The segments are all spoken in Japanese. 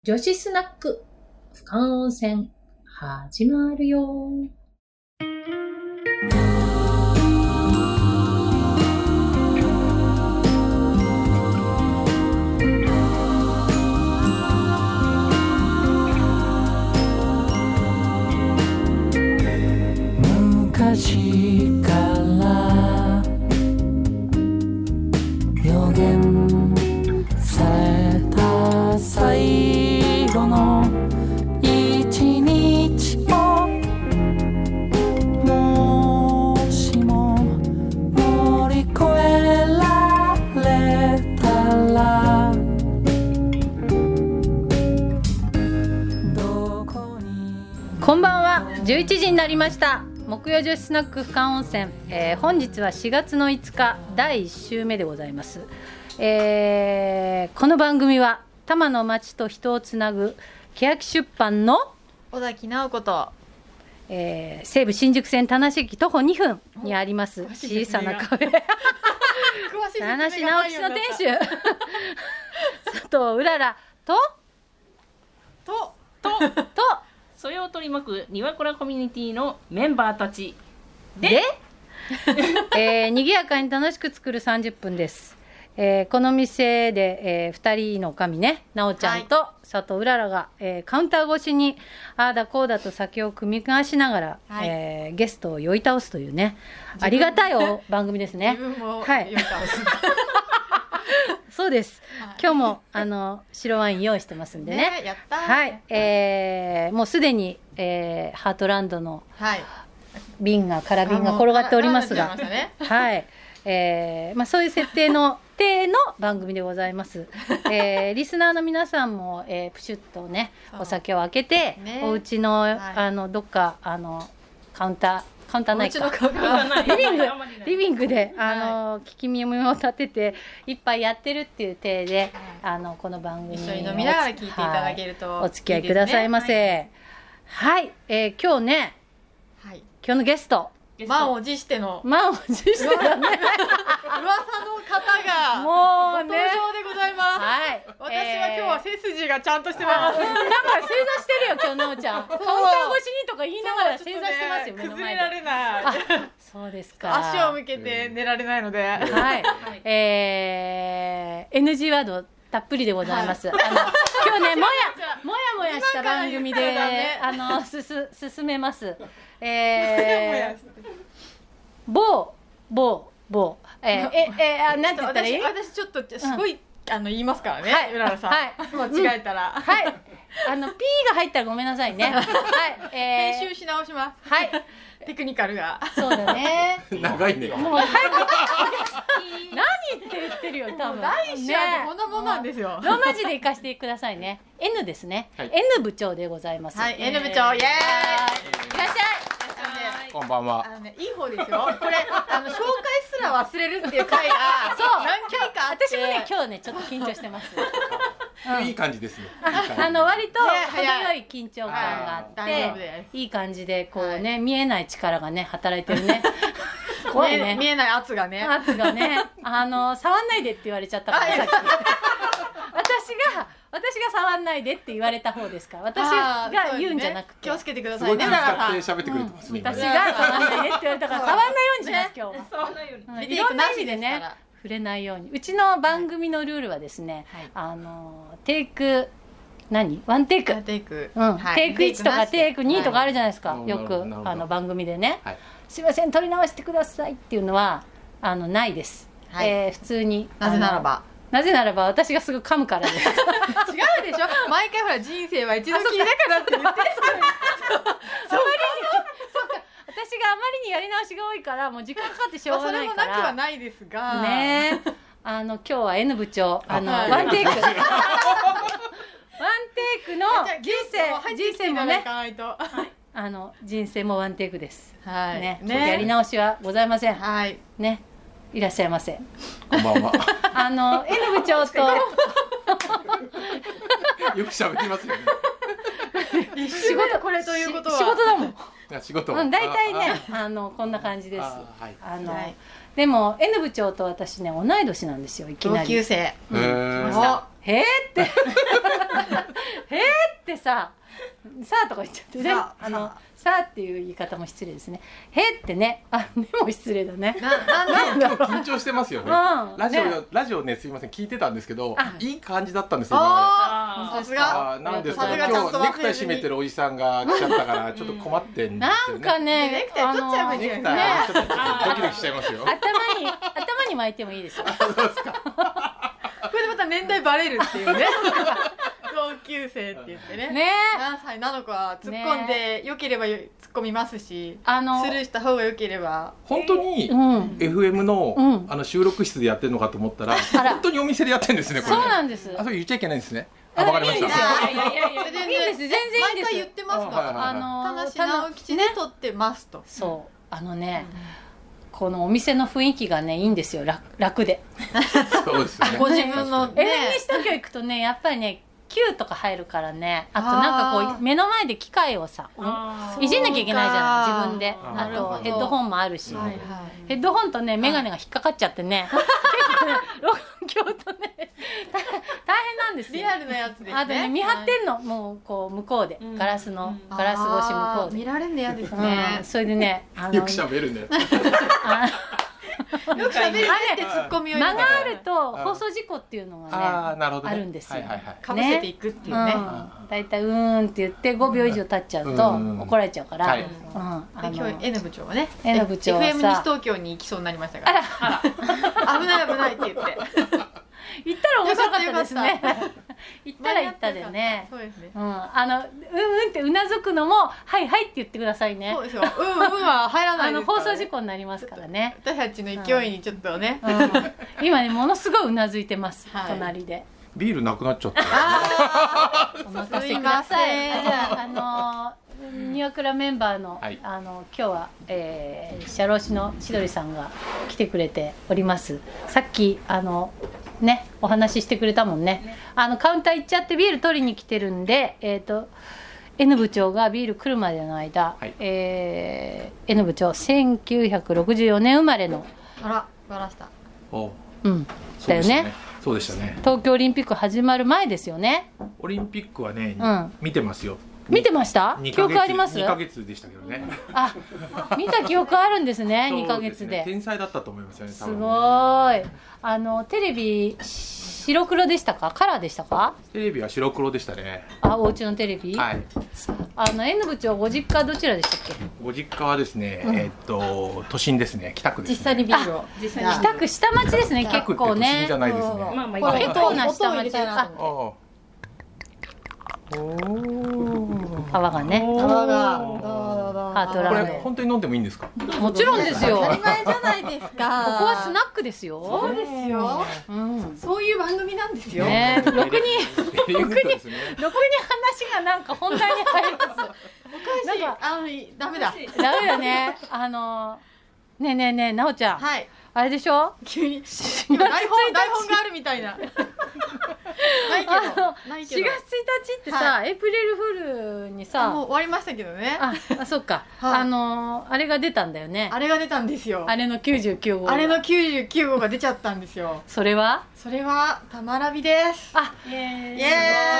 女子スナック俯瞰温泉始まるよ。 昔から予言された最後の一日をもしも乗り越えられたらどこに。 こんばんは。11時になりました。木曜女子スナック俯瞰温泉、本日は4月の5日第1週目でございます。この番組は多摩の町と人をつなぐ欅出版の尾崎直子と、 西武新宿線田無駅徒歩2分にあります小さなカフェ田無直吉の店主佐藤うららとそれを取り巻くにわこらコミュニティのメンバーたちで賑やかに楽しく作る30分です。この店で、2人の神ね、なおちゃんと佐藤うららが、カウンター越しにああだこうだと酒を組み交わしながら、ゲストを酔い倒すというね、ありがたい番組ですね。 自分もはい酔い倒す、 そうです、今日も白ワイン用意してますんでね。 やったー。 はい、もうすでに、ハートランドのはい空瓶が転がっておりますが、 絡んじゃいましたね。 はい、そういう設定の体の番組でございます。リスナーの皆さんも、プシュッとねお酒を開けて、 ね、 お家の、どっかカウンターないかリビングで聞き耳を立てて一杯やってるっていう体で、この番組一緒に飲みながら聞いていただけると、 お付き合いくださいませ。はい、今日ね、今日のゲスト満を持してのだね噂の方がもうねご登場でございます。 はい、 私は今日は背筋がちゃんとしてます。 なんか正座してるよ今日なおちゃん。カウンター越しにとか言いながら正座してますよ、目の崩前で。 れられない。 そうですか。 足を向けて寝られないので、 はい、NG ワードたっぷりでございます。今日ねもやした番組で進めます。某なんて言ったらいい？ 私ちょっとすごい、言いますからね、うららさん。間違えたら。 はい。P が入ったらごめんなさいね。はい。 編集し直します。 はい。 テクニカルが。 そうだね。 長いね。 もう何って言ってるよ多分。 第一話でこんなもんなんですよ。 ローマ字で行かせてくださいね。N ですね。N 部長でございます。 はい。N 部長、イエーイ。いらっしゃい。 こんばんは。 いい方ですよ。これ紹介すら忘れるっていう回がそう何回かあって、 私もね今日ねちょっと緊張してます。 いい感じですね。 割と程早よい緊張感があっ大丈夫てでいい感じでこうね見えない力がね働いてるね。怖いね。 見えない圧がね。 圧がね触んないでって言われちゃったからさっき。私が触んないでって言われた方ですから、私が言うんじゃなくて、 気をつけてくだすごい気さいね。 使って喋ってくれてますね。 私が触んないでって言われたから触んないようにします今日は。 触らないように。 いろんな意味でね触れないように。うちの番組のルールはですね、テイクワンテイク、テイク1とかテイク2とかあるじゃないですか。よく番組でね、すいません撮り直してくださいっていうのはないです。普通になぜならば私がすぐ噛むからです。 違うでしょ。毎回ほら人生は一度きりだからって言って。 私があまりにやり直しが多いからもう時間かかってしょうがないから。 それもなくはないですが。 ね。今日は N 部長ワンテイクの人生もね人生もワンテイクです。ね。やり直しはございません。ね。いらっしゃいませ。 こんばんは。 N 部長とよく喋ってますよね。 仕事これということは仕事だもん。 仕事。 大体ねこんな感じです。でも N 部長と私ね同い年なんですよ。いきなり。 同級生。 へーってへーってさあとか言っちゃってね、さあっていう言い方も失礼ですね。へーってね、でも失礼だね。 なんだろう、緊張してますよね。ラジオね、すいません、聞いてたんですけど、いい感じだったんですよ。 さすが。 なんですけど、今日ネクタイ締めてるおじさんが来ちゃったからちょっと困ってんですよね。 なんかね、 ネクタイ取っちゃえばいいんじゃないですか。 ネクタイちょっとドキドキしちゃいますよ。 頭に巻いてもいいですよ。 そうですか。 これでまた年代バレるっていうね。同級生って言ってね。何歳なのか突っ込んでよければ突っ込みますし、スルーした方がよければ。 本当に FM の収録室でやってるのかと思ったら、本当にお店でやってるんですね。これ。 そうなんです。 それ言っちゃいけないんですね。わかりました。 いいです、全然いいです。 毎回言ってますから。田無直吉で撮ってますと。 そう、このお店の雰囲気がね、いいんですよ。楽で。 そうですね。 ご自分のね。 西東京行くとね、やっぱりね、Q とか入るからね、あとなんかこう目の前で機械をさいじんなきゃいけないじゃない、自分で。あとヘッドホンもあるし、ヘッドホンとねメガネが引っかかっちゃってね、老眼鏡とね大変なんですよ。 リアルなやつですね。 あとね、見張ってんの、もうこう向こうでガラス越し向こうで見られるの嫌ですね。 それでね、 よく喋るね。 よく喋るねってツッコミを間があると放送事故っていうのがねあるんですよ。 かぶせていくっていうね。 だいたいって言って5秒以上経っちゃうと怒られちゃうから。 今日 N 部長はね、 N 部長はさ FM 西東京に行きそうになりましたから、危ないって言って、 行ったら面白かったですね。行ったら行ったでね。 そうですね。 ってうなずくのもはいはいって言ってくださいね。 そうですよ。は入らないですからね。 放送事故になりますからね。 私たちの勢いにちょっとね。 今ね、ものすごいうなずいてます。隣で。 ビールなくなっちゃった。 お任せください。じゃあニワクラメンバーの今日は社労士の千鳥さんが来てくれております。さっきね、お話ししてくれたもんね。カウンター行っちゃってビール取りに来てるんで、N 部長がビール来るまでの間、N 部長1964年生まれの。 あら、素晴らしさ。 だよね。 そうでしたね。 東京オリンピック始まる前ですよね。 オリンピックはね、見てますよ。 見てました？記憶あります？ 2 ヶ月でしたけどね。 見た記憶あるんですね。2ヶ月で。 天才だったと思いますよね。 すごい。テレビ白黒でしたか？カラーでしたか？ テレビは白黒でしたね。 お家のテレビ？はい。N 部長ご実家どちらでしたっけ？ ご実家はですね、都心ですね。北区ですね。 実際にビールを。 北区下町ですね。結構ね。 都心じゃないですね。 結構な下町。泡がね。 泡が。 ハートラーメン。 これ本当に飲んでもいいんですか？ もちろんですよ。 当たり前じゃないですか。ここはスナックですよ。 そうですよ。そういう番組なんですよ。 ろくに話がなんか本題に入ります。 おかしい。ダメだね。ねえなおちゃん。 はい。 あれでしょ？ 急に台本があるみたいな。ないけど。 4月1日ってさ、エイプリルフールにさ、 もう終わりましたけどね。 そっか。あれが出たんだよね。 あれが出たんですよ。 あれの99号。 あれの99号が出ちゃったんですよ。 それはたまらびです。 イエーイ。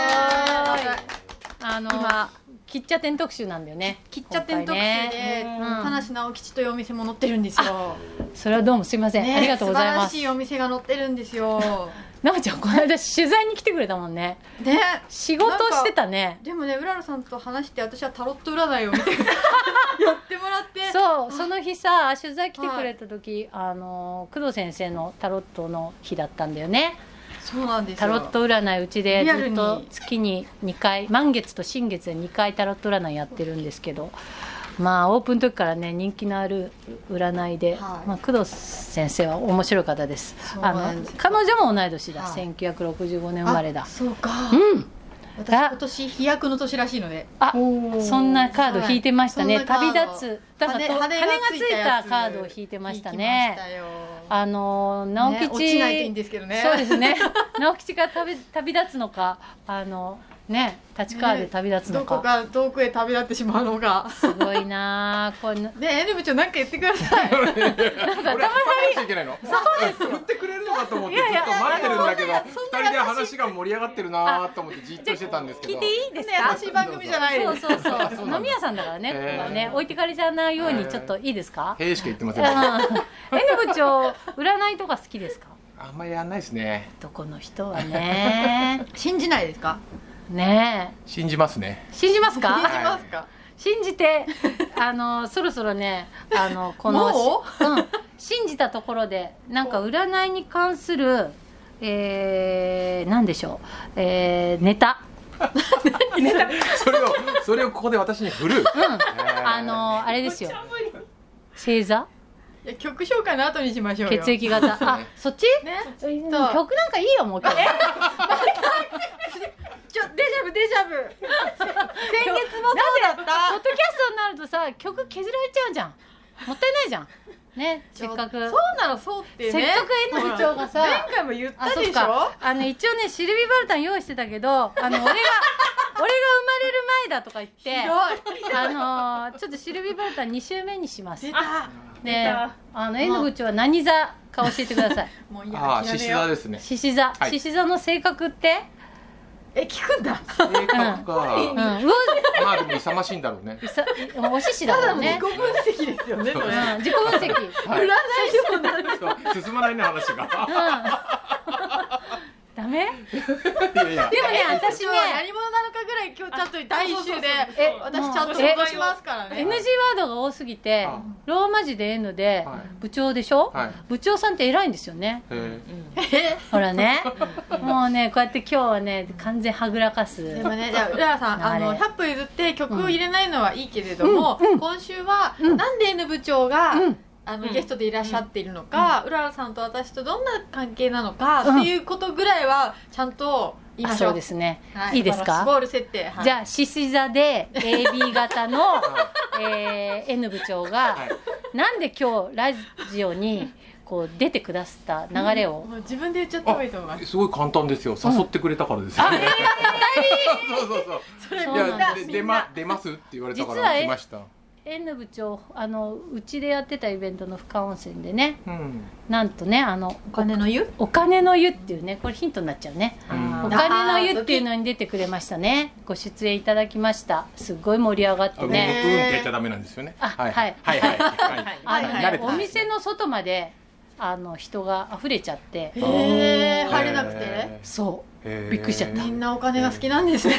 喫茶店特集なんだよね。 喫茶店特集で田無直吉というお店も載ってるんですよ。 それはどうもすいません、ありがとうございます。 素晴らしいお店が載ってるんですよ。 なおちゃんこの間取材に来てくれたもんね。仕事してたね。 でもね、うららさんと話して私はタロット占いを見てやってもらって、 その日さ取材来てくれた時、工藤先生のタロットの日だったんだよね。 そうなんですよ。 タロット占いうちでずっと月に2回、満月と新月で2回タロット占いやってるんですけど、オープンの時からね人気のある占いで、工藤先生は面白い方です。彼女も同い年だ、1965年生まれだ。 そうか。私今年飛躍の年らしいので、 そんなカード引いてましたね。旅立つ羽がついたカードを引いてましたね。直吉、 落ちないといいんですけどね。 そうですね。直吉が旅立つのか、 ね、立川で旅立つのか、 どこか遠くへ旅立ってしまうのか。 すごいなこれね。 N 部長なんか言ってください。なんか俺話しちゃいけないの。そうですよ。振ってくれるのかと思ってずっと待ってるんだけど、二人で話が盛り上がってるなと思ってじっとしてたんですけど。 聞いていいですか？ 優しい番組じゃないです。 そう飲み屋さんだからね、ここはね、置いてかれちゃわないようにちょっといいですか？ へえしか言ってません。 N 部長占いとか好きですか？ あんまりやんないですね。 男の人はね。 信じないですか？ ねえ。 信じますね。 信じますか？ 信じますか？ 信じて、そろそろね、この信じたところでなんか占いに関するなんでしょう、ネタ。 それをここで私に振る。 あれですよ。星座。 曲紹介の後にしましょうよ。 血液型。あ、そっち？ね。曲なんかいいよもう今日。 デジャブ。先月もそうだった。 ポッドキャストになるとさ、曲削られちゃうじゃん。もったいないじゃん。ね、せっかく。 そうなのそうってね。 せっかくN部長がさ、 前回も言ったでしょ。 一応ねシルビー・バルタン用意してたけど、俺が生まれる前だとか言って、ちょっとシルビー・バルタン2週目にします。 出た。 で、N部長は何座か教えてください。 もういや。 獅子座ですね。 獅子座。獅子座の性格って？ 聞くんだ。 性格か。まあでも勇ましいんだろうね。 お獅子だからね。 自己分析ですよね。 自己分析。 占いでもなんか進まないね話が。 ダメ？ でもね、 私ね、何者なのかぐらい今日ちゃんと第1週で私ちゃんと想像しますからね。 NG ワードが多すぎて、ローマ字で N で部長でしょ？部長さんって偉いんですよね。ほらね、もうね、こうやって今日はね、完全はぐらかす。 でもね、じゃあうららさん、100歩譲って曲を入れないのはいいけれども、今週はなんで N 部長がゲストでいらっしゃっているのか、うららさんと私とどんな関係なのかっていうことぐらいはちゃんと言いましょう。 そうですね。いいですか？ ゴール設定。 じゃあ獅子座で AB 型のN 部長がなんで今日ラジオにこう出てくださった流れを自分で言っちゃった方がいいと思います。 すごい簡単ですよ。誘ってくれたからですよ。そう。いや出ますって言われたから来ました。 N 部長うちでやってたイベントの深温泉でね、なんとねお金の湯っていうね、これヒントになっちゃうね。お金の湯っていうのに出てくれましたね。ご出演いただきました。すごい盛り上がってね。 って言っちゃダメなんですよね。はいお店の外まで人が溢れちゃって、 入れなくて、 そうびっくりしちゃった。 みんなお金が好きなんですね。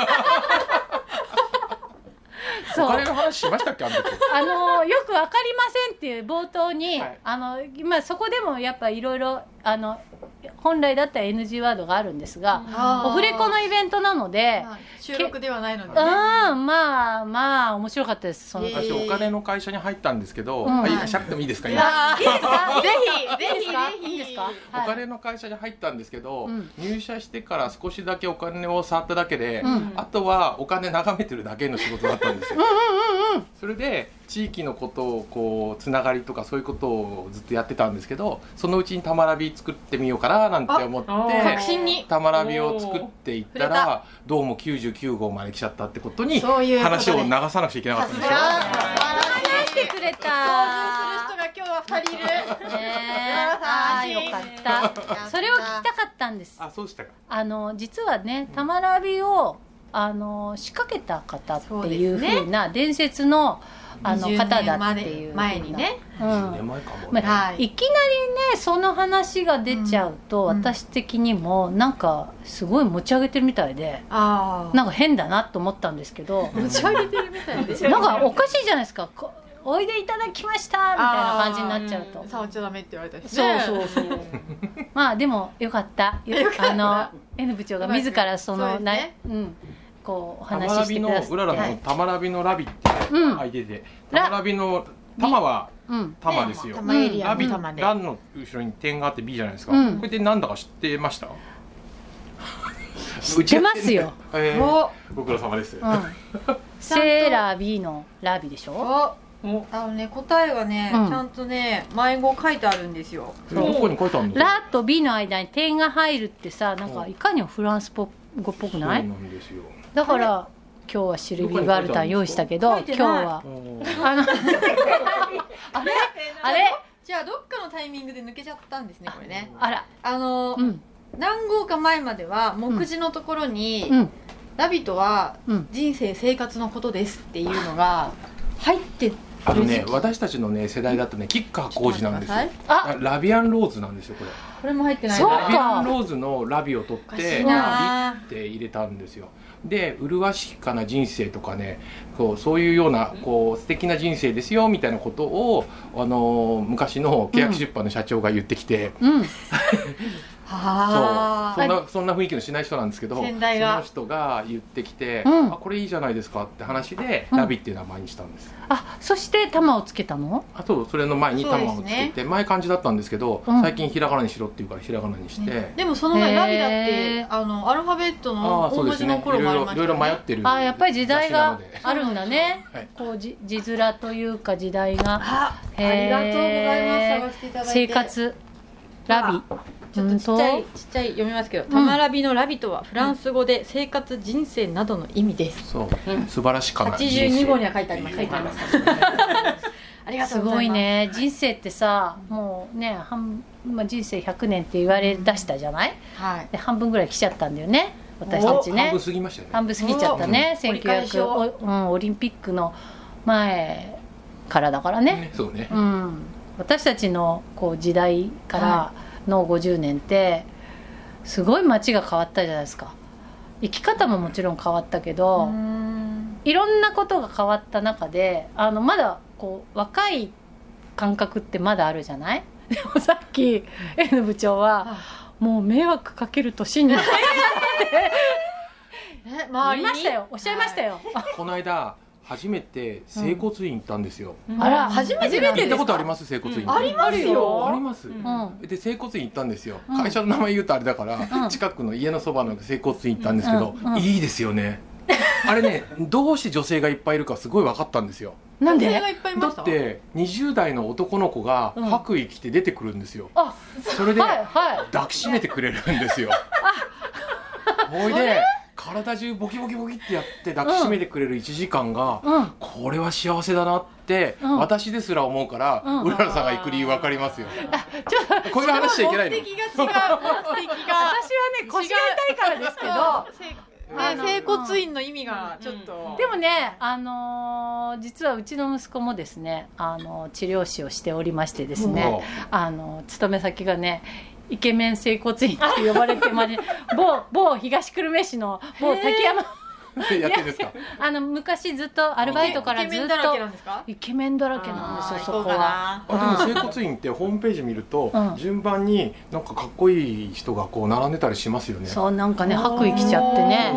お金の話しましたっけ？よくわかりませんっていう冒頭に、そこでもやっぱいろいろ本来だったら NG ワードがあるんですが、オフレコのイベントなので、 収録ではないのでね。 まあ面白かったです。 私お金の会社に入ったんですけど、しゃべってもいいですか？ いいですか？ぜひいいですか？ お金の会社に入ったんですけど、入社してから少しだけお金を触っただけで、あとはお金眺めてるだけの仕事だったんですよ。それで地域のことをこうつながりとかそういうことをずっとやってたんですけど、そのうちにたまらび作ってみようかななんて思って確信にたまらびを作っていったら、どうも99号まで来ちゃったってことに話を流さなくちゃいけなかったんですよ。 話してくれた。 登場する人が今日は2人いる。 よかった。それを聞きたかったんです。 そうでしたか。 実はね、たまらびを仕掛けた方っていう風な伝説の方だっていう前にね、 20年前かもね。 いきなりねその話が出ちゃうと、私的にもなんかすごい持ち上げてるみたいで、なんか変だなと思ったんですけど、 持ち上げてるみたいでなんかおかしいじゃないですか。おいでいただきましたみたいな感じになっちゃうと、 触っちゃダメって言われたしね。そうまあでもよかった。N 部長が自らそのこうお話ししてくださって、 うららのたまらびのラビって書いてて、たまらびの玉は玉ですよ。ラビランの後ろに点があって B じゃないですか。これでなんだか知ってました？ 知ってますよ。 ご苦労様です。 セーラー B のラビでしょ。 答えがね、ちゃんとね前語書いてあるんですよ。 どこに書いてあるの？ ラと B の間に点が入るってさ、なんかいかにもフランスっ語っぽくない？ そうなんですよ。 だから今日はシルビー・バルタン用意したけど、今日はあれじゃあどっかのタイミングで抜けちゃったんですね、これね。 あら、 何号か前までは目次のところに、ラビとは人生生活のことですっていうのが入ってる。 私たちのね世代だとね、吉川晃司なんですよ。ラビアンローズなんですよ、これ。 これも入ってない。 ラビアンローズのラビを取ってラビって入れたんですよ。で、麗しかな人生とかね、そういうような素敵な人生ですよみたいなことを昔の契約出版の社長が言ってきて、そんな雰囲気のしない人なんですけど、その人が言ってきて、これいいじゃないですかって話でラビっていう名前にしたんです。 そして玉をつけたの？ それの前に玉をつけて、前漢字だったんですけど、最近ひらがなにしろっていうからひらがなにして。 でもその前ラビだってアルファベットの大文字の頃もありましたね。 いろいろ迷ってる。 やっぱり時代があるんだね。字面というか時代が。 ありがとうございます。探していただいて。 生活ラビ。 ちょっとちっちゃい読みますけど、タマラビのラビとはフランス語で生活、人生などの意味です。 そう、素晴らしかな 82号には書いてあります。ありがとうございます。すごいね。人生ってさ、もうね、人生100年って言われだしたじゃない？で半分ぐらい来ちゃったんだよね、私たちね。 半分過ぎましたよね。 半分過ぎちゃったね。1900オリンピックの前からだからね。 そうね。 私たちの時代からの50年ってすごい街が変わったじゃないですか。生き方ももちろん変わったけど、いろんなことが変わった中でまだ若い感覚ってまだあるじゃない？でもさっき N 部長はもう迷惑かける年になって言いましたよ。おっしゃいましたよ。 この間初めて整骨院行ったんですよ。 あら、初めて行ったことあります？整骨院。 ありますよ。 あります。で整骨院行ったんですよ。会社の名前言うとあれだから近くの家のそばの整骨院行ったんですけど、いいですよね。あれね、どうして女性がいっぱいいるかすごい分かったんですよ。 なんで？ だって20代の男の子が白衣着て出てくるんですよ。それで抱きしめてくれるんですよ。ほいで体中ボキボキボキってやって抱きしめてくれる1時間が、これは幸せだなって私ですら思うから、うららさんが行く理由分かりますよ。こういう話しちゃいけないの。 目的が違う。 私はね、腰が痛いからですけど、 整骨院の意味がちょっと、 でもね、実はうちの息子もですね、治療師をしておりましてですね、勤め先がね、イケメン整骨院って呼ばれてまで、某東久留米市の某滝山やってんですか？ 昔ずっとアルバイトからずっとイケメンだらけなんですよ、そこは。 でも整骨院ってホームページ見ると順番になんかかっこいい人が並んでたりしますよね。 そう、なんかね、白衣着ちゃってね。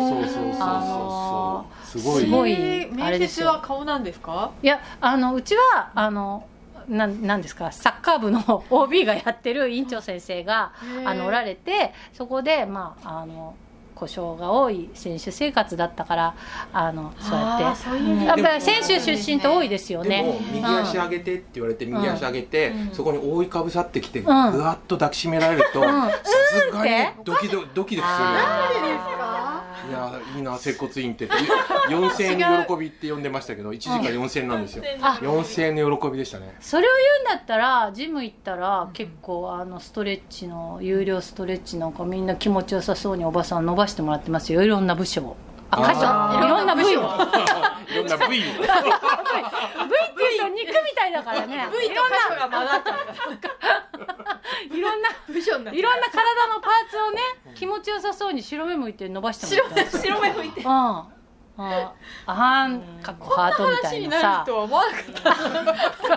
すごい。 面接は顔なんですか？ いや、うちはなんですか、サッカー部の OB がやってる院長先生がおられて、そこで故障が多い選手生活だったから、そうやってやっぱり選手出身って多いですよね。 でも右足上げてって言われて右足上げて、そこに覆いかぶさってきてぐわっと抱きしめられると、さすがにドキドキするよね。 なんでですか？ いや、いいな整骨院って4000円の喜びって呼んでましたけど、1時間4000円なんですよ。4000円の喜びでしたね。 それを言うんだったらジム行ったら結構ストレッチの有料ストレッチなんかみんな気持ちよさそうにおばさん伸ばしてもらってますよ。いろんな部署をいろんな部位をいろんな部位っていうと肉みたいだからね。 部位と箇所が混ざっちゃう。 いろんな体のパーツをね、気持ちよさそうに白目向いて伸ばしてもらってます。 白目向いて。 かっこハートみたいなさ。 こんな話になるとは思わなかった。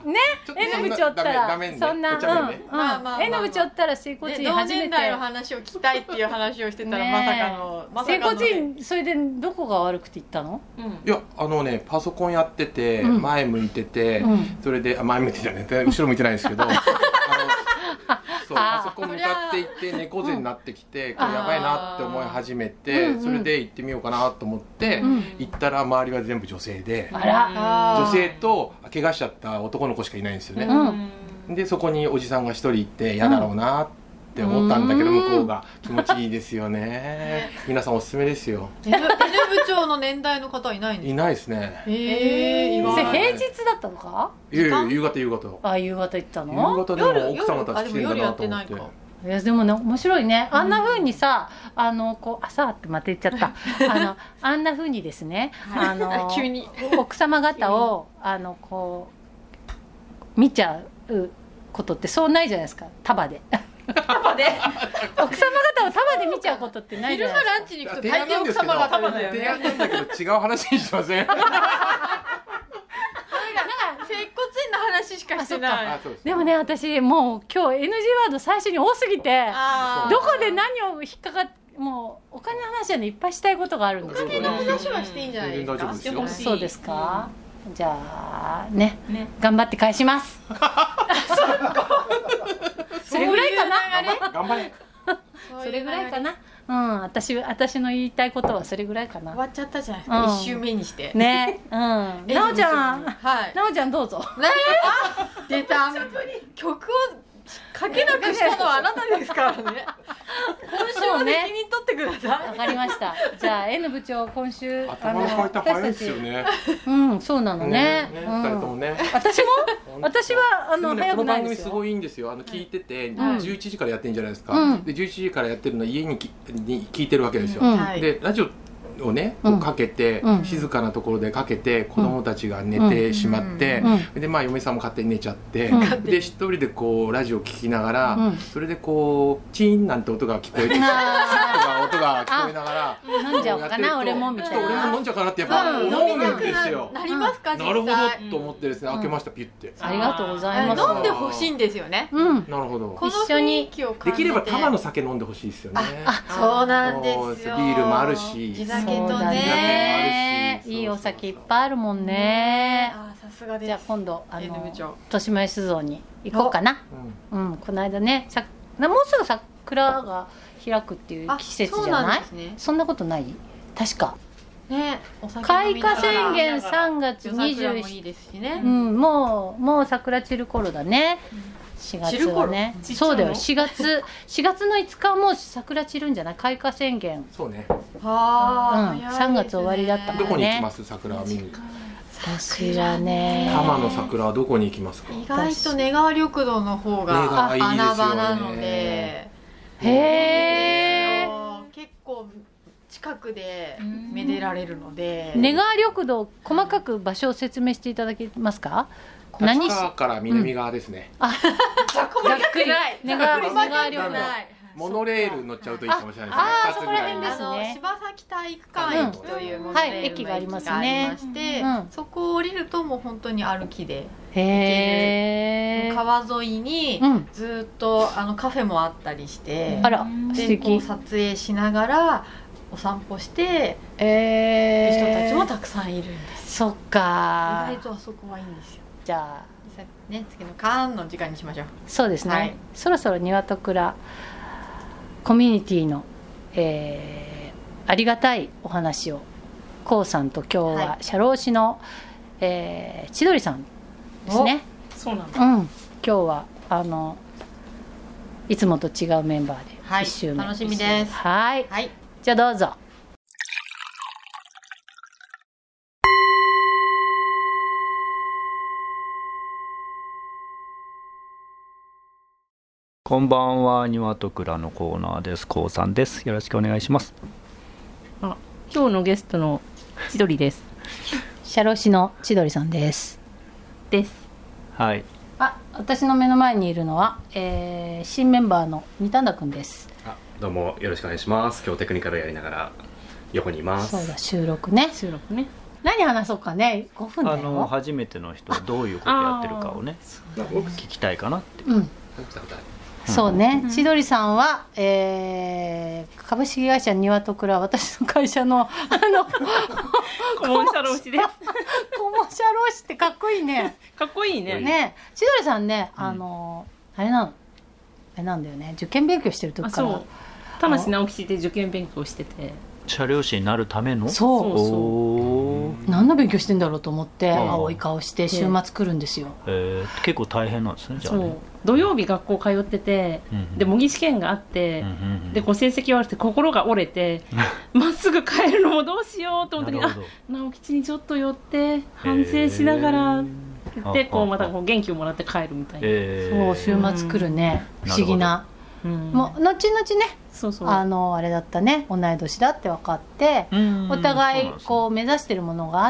ね、N 部長ったらそんな、N 部長ったら整骨院初めて同年代の話を聞きたいっていう話をしてたら、まさかの整骨院。それでどこが悪くて行ったの？ いや、パソコンやってて前向いてて、それで前向いてじゃね、後ろ向いてないですけど、パソコン向かっていって猫背になってきて、これやばいなって思い始めて、それで行ってみようかなと思って行ったら、周りは全部女性で、女性と怪我しちゃった男の子しかいないんですよね。でそこにおじさんが一人いて嫌だろうなっって思ったんだけど、向こうが気持ちいいですよね。皆さんおすすめですよ。 N 部長の年代の方はいないんですか？ いないですね。 意外。 平日だったのか？ いやいや、夕方。 あ、夕方行ったの？ 夕方でも奥様たち来てんだなと思って。 いやでもね、面白いね。あんな風にさ、こう朝ってまた言っちゃった。あんな風にですね、 急に奥様方をこう見ちゃうことってそうないじゃないですか。束で。奥様方を束で見ちゃうことってないじゃないですか。 昼間ランチに行くと大抵奥様方だよね。 提案なんだけど違う話にしません？ 接骨院の話しかしてない。 でもね、私もう今日 NG ワード最初に多すぎて、どこで何を引っかかって、もうお金の話はね、いっぱいしたいことがあるんですけど。 お金の話はしていいんじゃないですか？ してほしい。 そうですか？じゃあね、頑張って返します。それぐらいかな。 頑張れ。 それぐらいかな。私の言いたいことはそれぐらいかな。 終わっちゃったじゃないですか。1週目にしてね。なおちゃん、どうぞ。 出た。曲を書けなくしたのはあなたですからね。今週は責任取ってください。 わかりました。じゃあ N 部長、今週頭の回転早いですよね。 そうなのね。 2人ともね。 私は早くないですよ。 この番組すごいいいんですよ。聞いてて11時からやってるんじゃないですか。で11時からやってるの家に聞いてるわけですよ。でラジオをねかけて、静かなところでかけて、子供たちが寝てしまって、で嫁さんも勝手に寝ちゃって、で一人でこうラジオ聞きながら、それでこうチーンなんて音が聞こえて、音が聞こえながら飲んじゃおうかな俺もみたいな。 俺も飲んじゃうかなってやっぱ思うんですよ。 なりますか？ なるほどと思ってですね、開けましたピュッて。 ありがとうございます。 飲んでほしいんですよね。 なるほど。 この雰囲気を感じて。 できれば玉の酒飲んでほしいですよね。 そうなんですよ。 ビールもあるし。 そうだね。いいお酒いっぱいあるもんね。 さすがです。 じゃあ今度豊島酒造に行こうかな。この間ね、もうすぐ桜が開くっていう季節じゃない？そんなことない？確か。 ね、 開花宣言3月27日。もう桜散る頃だね。4月はね。そうだよ。4月の5日はもう桜散るんじゃない？開花宣言。 そうね。 3月終わりだったもんね。 どこに行きます？桜は見に。 桜ね。 多摩の桜はどこに行きますか？ 意外と根川緑道の方が穴場なので。へえ。結構近くでめでられるので。 根川緑道、細かく場所を説明していただけますか？ 立川から南側ですね。 ざっくり。 根川緑道。 モノレール乗っちゃうといいかもしれないですね。2つぐらいに。 柴崎体育館駅というモノレールの駅がありまして、そこを降りるともう本当に歩きで行ける。川沿いにずっとカフェもあったりして、でこう撮影しながらお散歩してる人たちもたくさんいるんです。 そっか。 意外とあそこはいいんですよ。 じゃあね、次のカーンの時間にしましょう。 そうですね。そろそろ庭と蔵コミュニティの、ありがたいお話をこうさんと今日は社労士の、千鳥さんですね。 そうなんだ。 今日はいつもと違うメンバーで1週目、 楽しみです。 はい、じゃあどうぞ。 こんばんは、庭と蔵のコーナーです。こうさんです。よろしくお願いします。 今日のゲストの千鳥です。 社労士の千鳥さんです。 はい。 私の目の前にいるのは、新メンバーの三田くんです。 どうもよろしくお願いします。今日テクニカルやりながら横にいます。 そうだ、収録ね。何話そうかね。5分だよ。 初めての人はどういうことやってるかをね、聞きたいかなって。 そうね、千鳥さんは、株式会社庭と蔵、私の会社の顧問社労士です。 顧問社労士ってかっこいいね。 かっこいいね。 ね、千鳥さんね、あれなんだよね、受験勉強してる時から。 田無直吉で受験勉強してて。 社労士になるための。 そう。 何の勉強してんだろうと思って青い顔して週末来るんですよ。 結構大変なんですねじゃあね。 そう土曜日学校通ってて、で模擬試験があって、で成績悪くて心が折れてまっすぐ帰るのもどうしようと思った時に直吉にちょっと寄って反省しながらでこうまたこう元気をもらって帰るみたいな、 そう週末来るね、不思議な、もう後々ねあれだったね、同い年だって分かって、お互いこう目指してるものがあって、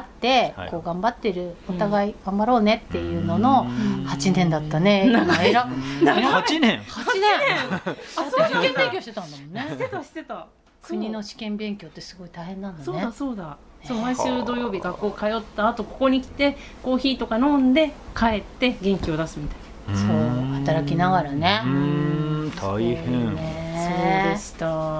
こう頑張ってる、お互い頑張ろうねっていうのの8年だったね。 8年受験勉強してたんだもんね。 してた国の試験勉強ってすごい大変なんだね。 そう毎週土曜日学校通った後ここに来てコーヒーとか飲んで帰って元気を出すみたいな。 そう働きながらね。 大変。 そうでした。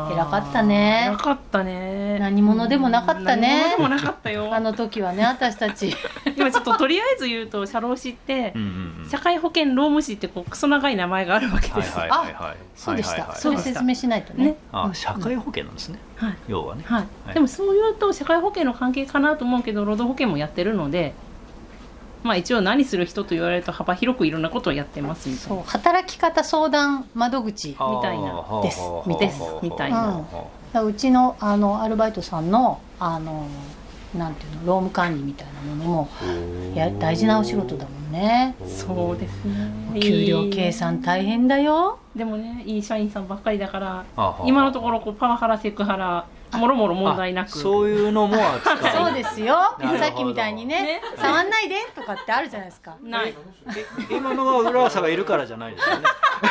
偉かったね。 偉かったね。 何者でもなかったね。 何者でもなかったよ。 あの時はね、私たち。 今ちょっととりあえず言うと社労士って社会保険労務士ってこうクソ長い名前があるわけです。 そうでした。それ説明しないとね。 社会保険なんですね。要はね。 でもそう言うと社会保険の関係かなと思うけど、労働保険もやってるので。まあ、一応何する人と言われると幅広くいろんなことをやってますみたいな。 そう働き方相談窓口みたいなですみたいな、うちのアルバイトさんのなんていうの労務管理みたいなものも大事なお仕事だもんね。 そうですね。 給料計算大変だよ。 でもねいい社員さんばっかりだから今のところこうパワハラセクハラもろもろ問題なくそういうのも扱うそうですよ。さっきみたいにね触んないでとかってあるじゃないですか。 ない今のは浦和さんがいるからじゃないですよね。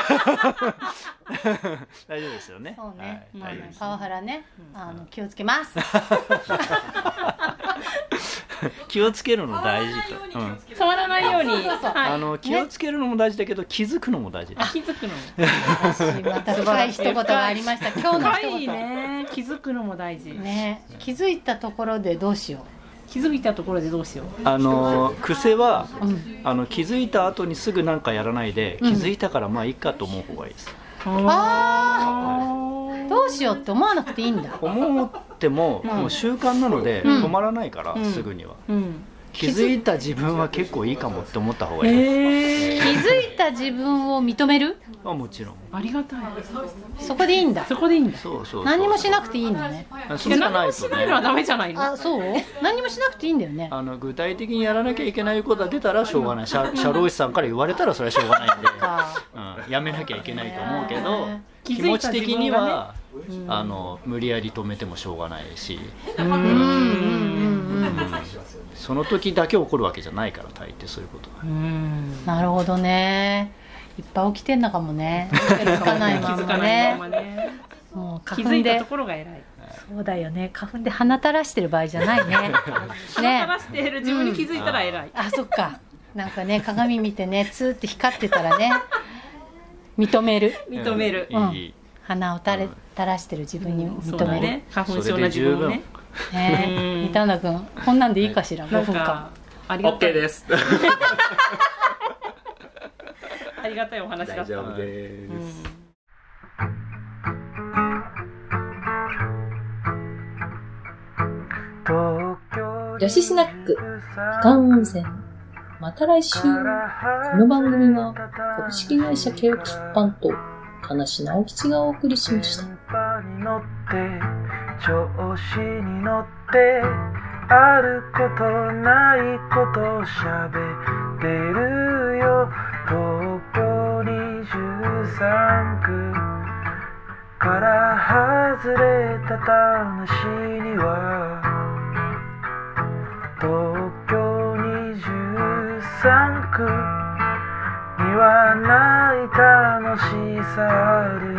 大丈夫ですよね。 そうね、パワハラね気をつけます。 気をつけるの大事と。 触らないように気をつけるのも大事だけど気づくのも大事。 気づくのも私また深い一言がありました。今日の一言ね。気づくのも大事ね。気づいたところでどうしよう。 気づいたところでどうしよう。 癖は気づいた後にすぐなんかやらないで、気づいたからまあいいかと思う方がいいです。 どうしようって思わなくていいんだ。 思ってももう習慣なので止まらないからすぐには。気づいた自分は結構いいかもって思った方がいい。 気づいた自分を認める？ もちろん。 ありがたい。 そこでいいんだ。 そこでいいんだ。 何もしなくていいんだね。 何もしないのはダメじゃないの？ あ、そう？何もしなくていいんだよね。 具体的にやらなきゃいけないことが出たらしょうがない。社労士さんから言われたらそれはしょうがないんで、やめなきゃいけないと思うけど、気持ち的には無理やり止めてもしょうがないし。その時だけ起こるわけじゃないから大抵そういうことが。 なるほどね。いっぱい起きてんのかもね。気づかないままね。もう気づいたところが偉い。 そうだよね。花粉で鼻垂らしてる場合じゃないね。 鼻垂らしてる自分に気づいたら偉い。 あ、そっか。なんかね鏡見てねツーって光ってたらね認める。鼻を垂らしてる自分に認める。 花粉症な自分をね。 三田野君こんなんでいいかしら。5分間ありがたい。OK です。 ありがたいお話だった。 大丈夫です。 女子スナックみかん温泉。また来週。この番組は株式会社ケオキッパンと田無直吉がお送りしました。 調子に乗ってあることないことを喋ってるよ。東京23区から外れた話には東京23区にはない楽しさある